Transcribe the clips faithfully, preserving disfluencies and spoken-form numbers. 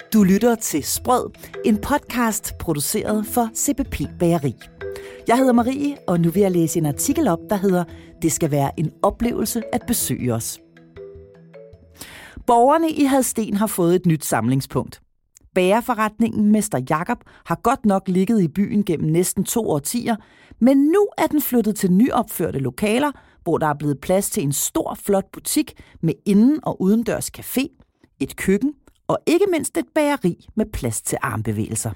Du lytter til Sprød, en podcast produceret for C P P Bageri. Jeg hedder Marie, og nu vil jeg læse en artikel op, der hedder "Det skal være en oplevelse at besøge os". Borgerne i Hadsten har fået et nyt samlingspunkt. Bagerforretningen Mester Jakob har godt nok ligget i byen gennem næsten to årtier, men nu er den flyttet til nyopførte lokaler, hvor der er blevet plads til en stor, flot butik med inden- og udendørs café, et køkken og ikke mindst et bageri med plads til armbevægelser.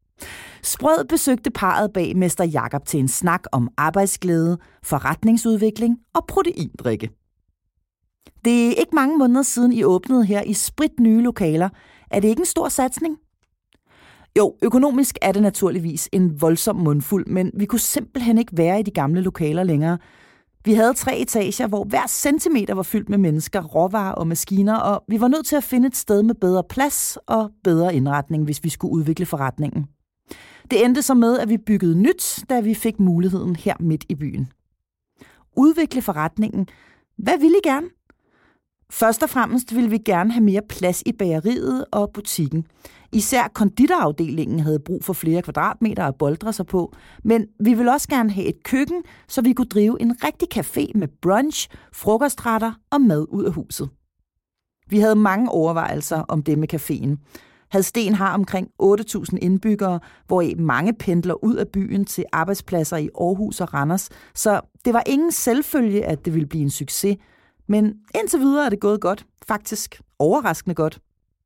Sprød besøgte parret bag Mester Jakob til en snak om arbejdsglæde, forretningsudvikling og proteindrikke. Det er ikke mange måneder siden, I åbnede her i spritnye lokaler. Er det ikke en stor satsning? Jo, økonomisk er det naturligvis en voldsom mundfuld, men vi kunne simpelthen ikke være i de gamle lokaler længere. Vi havde tre etager, hvor hver centimeter var fyldt med mennesker, råvarer og maskiner, og vi var nødt til at finde et sted med bedre plads og bedre indretning, hvis vi skulle udvikle forretningen. Det endte så med, at vi byggede nyt, da vi fik muligheden her midt i byen. Udvikle forretningen. Hvad ville I gerne? Først og fremmest ville vi gerne have mere plads i bageriet og butikken. Især konditorafdelingen havde brug for flere kvadratmeter at boldre sig på, men vi ville også gerne have et køkken, så vi kunne drive en rigtig café med brunch, frokostretter og mad ud af huset. Vi havde mange overvejelser om det med caféen. Hadsten har omkring otte tusind indbyggere, hvoraf mange pendler ud af byen til arbejdspladser i Aarhus og Randers, så det var ingen selvfølge, at det ville blive en succes. Men indtil videre er det gået godt. Faktisk overraskende godt.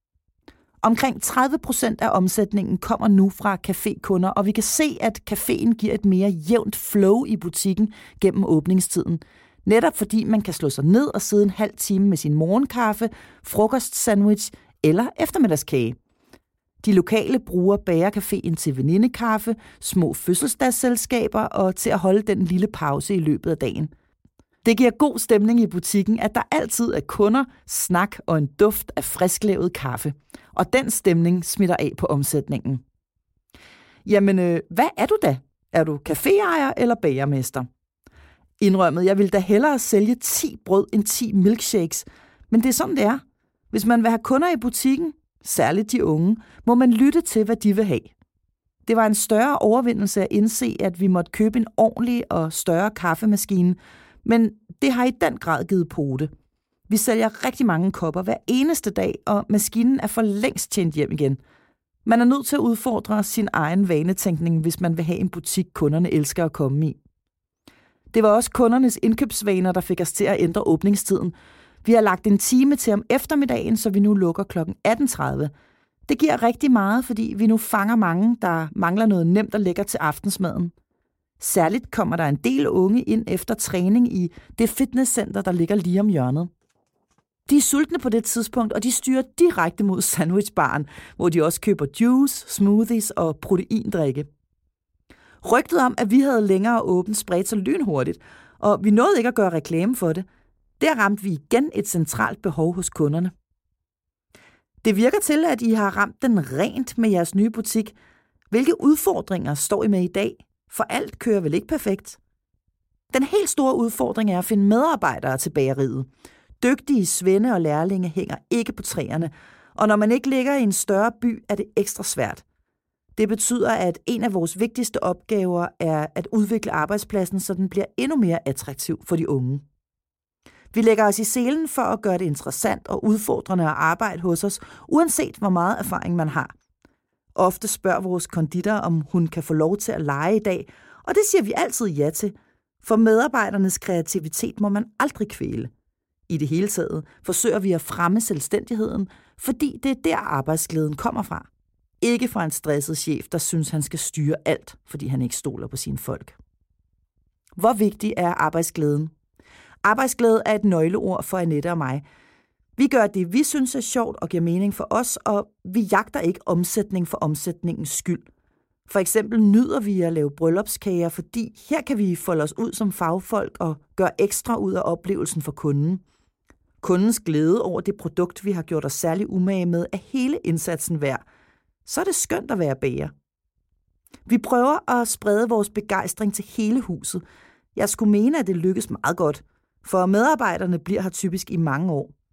Omkring tredive procent af omsætningen kommer nu fra cafékunder, og vi kan se, at caféen giver et mere jævnt flow i butikken gennem åbningstiden. Netop fordi man kan slå sig ned og sidde en halv time med sin morgenkaffe, frokostsandwich eller eftermiddagskage. De lokale bruger bagercaféen til venindekaffe, små fødselsdagsselskaber og til at holde den lille pause i løbet af dagen. Det giver god stemning i butikken, at der altid er kunder, snak og en duft af frisklavet kaffe. Og den stemning smitter af på omsætningen. Jamen, øh, hvad er du da? Er du caféejer eller bagermester? Indrømmet, jeg vil da hellere sælge ti brød end ti milkshakes. Men det er sådan, det er. Hvis man vil have kunder i butikken, særligt de unge, må man lytte til, hvad de vil have. Det var en større overvindelse at indse, at vi måtte købe en ordentlig og større kaffemaskine, men det har i den grad givet pote. Vi sælger rigtig mange kopper hver eneste dag, og maskinen er for længst tjent hjem igen. Man er nødt til at udfordre sin egen vanetænkning, hvis man vil have en butik, kunderne elsker at komme i. Det var også kundernes indkøbsvaner, der fik os til at ændre åbningstiden. Vi har lagt en time til om eftermiddagen, så vi nu lukker klokken atten tredive. Det giver rigtig meget, fordi vi nu fanger mange, der mangler noget nemt og lækkert til aftensmaden. Særligt kommer der en del unge ind efter træning i det fitnesscenter, der ligger lige om hjørnet. De er sultne på det tidspunkt, og de styrer direkte mod sandwichbaren, hvor de også køber juice, smoothies og proteindrikke. Rygtet om, at vi havde længere åbent, spredte sig lynhurtigt, og vi nåede ikke at gøre reklame for det. Der ramte vi igen et centralt behov hos kunderne. Det virker til, at I har ramt den rent med jeres nye butik. Hvilke udfordringer står I med i dag? For alt kører vel ikke perfekt? Den helt store udfordring er at finde medarbejdere til bageriet. Dygtige svende og lærlinge hænger ikke på træerne, og når man ikke ligger i en større by, er det ekstra svært. Det betyder, at en af vores vigtigste opgaver er at udvikle arbejdspladsen, så den bliver endnu mere attraktiv for de unge. Vi lægger os i selen for at gøre det interessant og udfordrende at arbejde hos os, uanset hvor meget erfaring man har. Ofte spørger vores konditor, om hun kan få lov til at lege i dag, og det siger vi altid ja til, for medarbejdernes kreativitet må man aldrig kvæle. I det hele taget forsøger vi at fremme selvstændigheden, fordi det er der arbejdsglæden kommer fra. Ikke fra en stresset chef, der synes, han skal styre alt, fordi han ikke stoler på sine folk. Hvor vigtig er arbejdsglæden? Arbejdsglæde er et nøgleord for Annette og mig. Vi gør det, vi synes er sjovt og giver mening for os, og vi jagter ikke omsætning for omsætningens skyld. For eksempel nyder vi at lave bryllupskager, fordi her kan vi folde os ud som fagfolk og gøre ekstra ud af oplevelsen for kunden. Kundens glæde over det produkt, vi har gjort os særlig umage med, er hele indsatsen værd. Så er det skønt at være bager. Vi prøver at sprede vores begejstring til hele huset. Jeg skulle mene, at det lykkes meget godt, for medarbejderne bliver her typisk i mange år.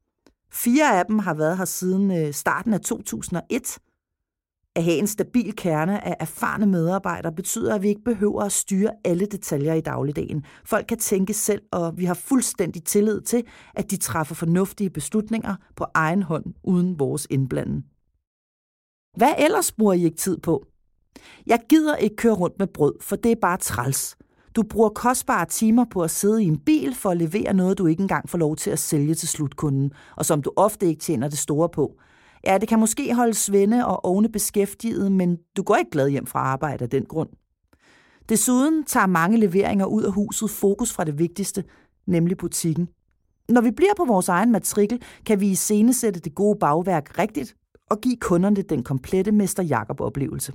Fire af dem har været her siden starten af to tusind og et. At have en stabil kerne af erfarne medarbejdere betyder, at vi ikke behøver at styre alle detaljer i dagligdagen. Folk kan tænke selv, og vi har fuldstændig tillid til, at de træffer fornuftige beslutninger på egen hånd uden vores indblanden. Hvad ellers bruger I ikke tid på? Jeg gider ikke køre rundt med brød, for det er bare træls. Du bruger kostbare timer på at sidde i en bil for at levere noget, du ikke engang får lov til at sælge til slutkunden, og som du ofte ikke tjener det store på. Ja, det kan måske holde svende og ovne beskæftiget, men du går ikke glad hjem fra arbejde af den grund. Desuden tager mange leveringer ud af huset fokus fra det vigtigste, nemlig butikken. Når vi bliver på vores egen matrikel, kan vi iscenesætte det gode bagværk rigtigt og give kunderne den komplette Mester Jacob-oplevelse.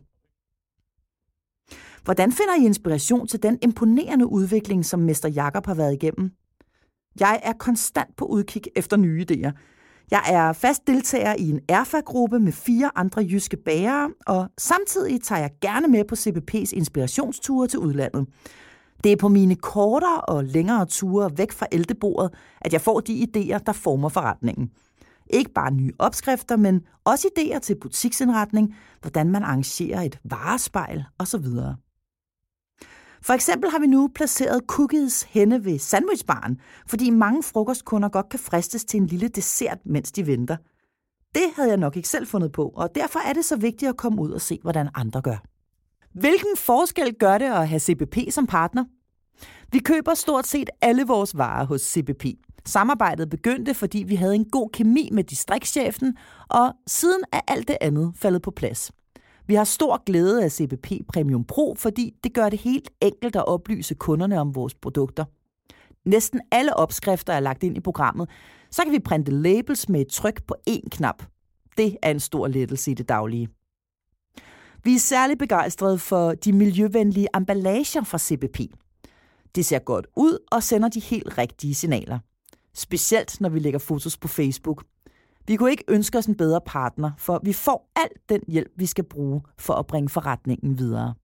Hvordan finder I inspiration til den imponerende udvikling, som Mester Jacob har været igennem? Jeg er konstant på udkig efter nye idéer. Jeg er fast deltager i en erfa-gruppe med fire andre jyske bagere, og samtidig tager jeg gerne med på C B P's inspirationsture til udlandet. Det er på mine kortere og længere ture væk fra æltebordet, at jeg får de idéer, der former forretningen. Ikke bare nye opskrifter, men også idéer til butiksindretning, hvordan man arrangerer et varespejl osv. For eksempel har vi nu placeret cookies henne ved sandwichbaren, fordi mange frokostkunder godt kan fristes til en lille dessert, mens de venter. Det havde jeg nok ikke selv fundet på, og derfor er det så vigtigt at komme ud og se, hvordan andre gør. Hvilken forskel gør det at have C B P som partner? Vi køber stort set alle vores varer hos C B P. Samarbejdet begyndte, fordi vi havde en god kemi med distriktschefen, og siden er alt det andet faldet på plads. Vi har stor glæde af C B P Premium Pro, fordi det gør det helt enkelt at oplyse kunderne om vores produkter. Næsten alle opskrifter er lagt ind i programmet, så kan vi printe labels med et tryk på én knap. Det er en stor lettelse i det daglige. Vi er særlig begejstrede for de miljøvenlige emballager fra C B P. Det ser godt ud og sender de helt rigtige signaler. Specielt når vi lægger fotos på Facebook. Vi kunne ikke ønske os en bedre partner, for vi får al den hjælp, vi skal bruge for at bringe forretningen videre.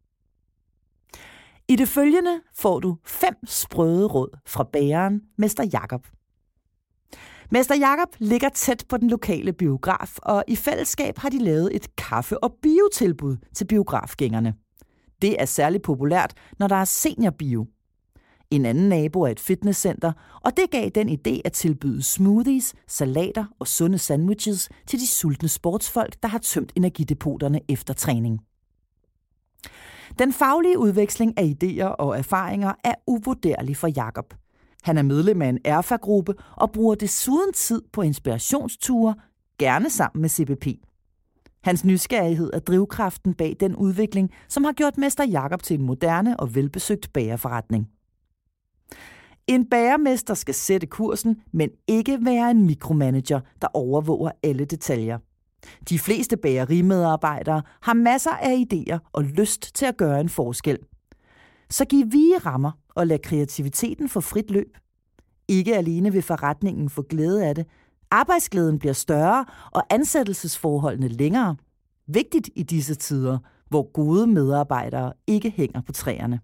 I det følgende får du fem sprøde råd fra bageren Mester Jacob. Mester Jacob ligger tæt på den lokale biograf, og i fællesskab har de lavet et kaffe- og biotilbud til biografgængerne. Det er særligt populært, når der er seniorbio. En anden nabo er et fitnesscenter, og det gav den idé at tilbyde smoothies, salater og sunde sandwiches til de sultne sportsfolk, der har tømt energidepoterne efter træning. Den faglige udveksling af idéer og erfaringer er uvurderlig for Jacob. Han er medlem af en erfa-gruppe og bruger desuden tid på inspirationsture, gerne sammen med C B P. Hans nysgerrighed er drivkraften bag den udvikling, som har gjort Mester Jacob til en moderne og velbesøgt bagerforretning. En bagermester skal sætte kursen, men ikke være en mikromanager, der overvåger alle detaljer. De fleste bagerimedarbejdere har masser af idéer og lyst til at gøre en forskel. Så giv vige rammer og lad kreativiteten få frit løb. Ikke alene vil forretningen få glæde af det. Arbejdsglæden bliver større og ansættelsesforholdene længere. Vigtigt i disse tider, hvor gode medarbejdere ikke hænger på træerne.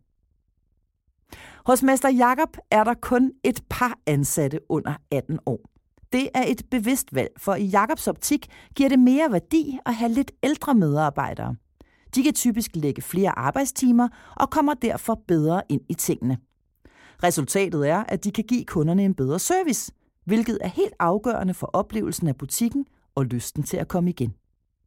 Hos Mester Jacob er der kun et par ansatte under atten år. Det er et bevidst valg, for i Jacobs optik giver det mere værdi at have lidt ældre medarbejdere. De kan typisk lægge flere arbejdstimer og kommer derfor bedre ind i tingene. Resultatet er, at de kan give kunderne en bedre service, hvilket er helt afgørende for oplevelsen af butikken og lysten til at komme igen.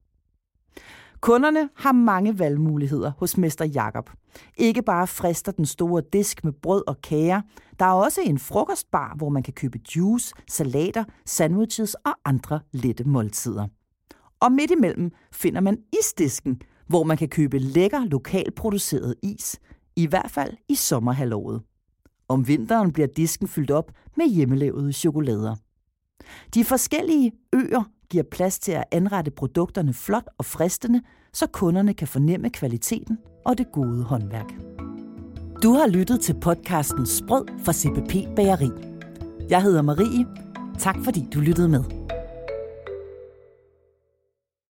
Kunderne har mange valgmuligheder hos Mester Jacob. Ikke bare frister den store disk med brød og kager. Der er også en frokostbar, hvor man kan købe juice, salater, sandwiches og andre lette måltider. Og midt imellem finder man isdisken, hvor man kan købe lækker lokalproduceret is, i hvert fald i sommerhalvåret. Om vinteren bliver disken fyldt op med hjemmelavede chokolader. De forskellige øer giver plads til at anrette produkterne flot og fristende, så kunderne kan fornemme kvaliteten og det gode håndværk. Du har lyttet til podcasten Sprød fra C B P Bageri. Jeg hedder Marie. Tak fordi du lyttede med.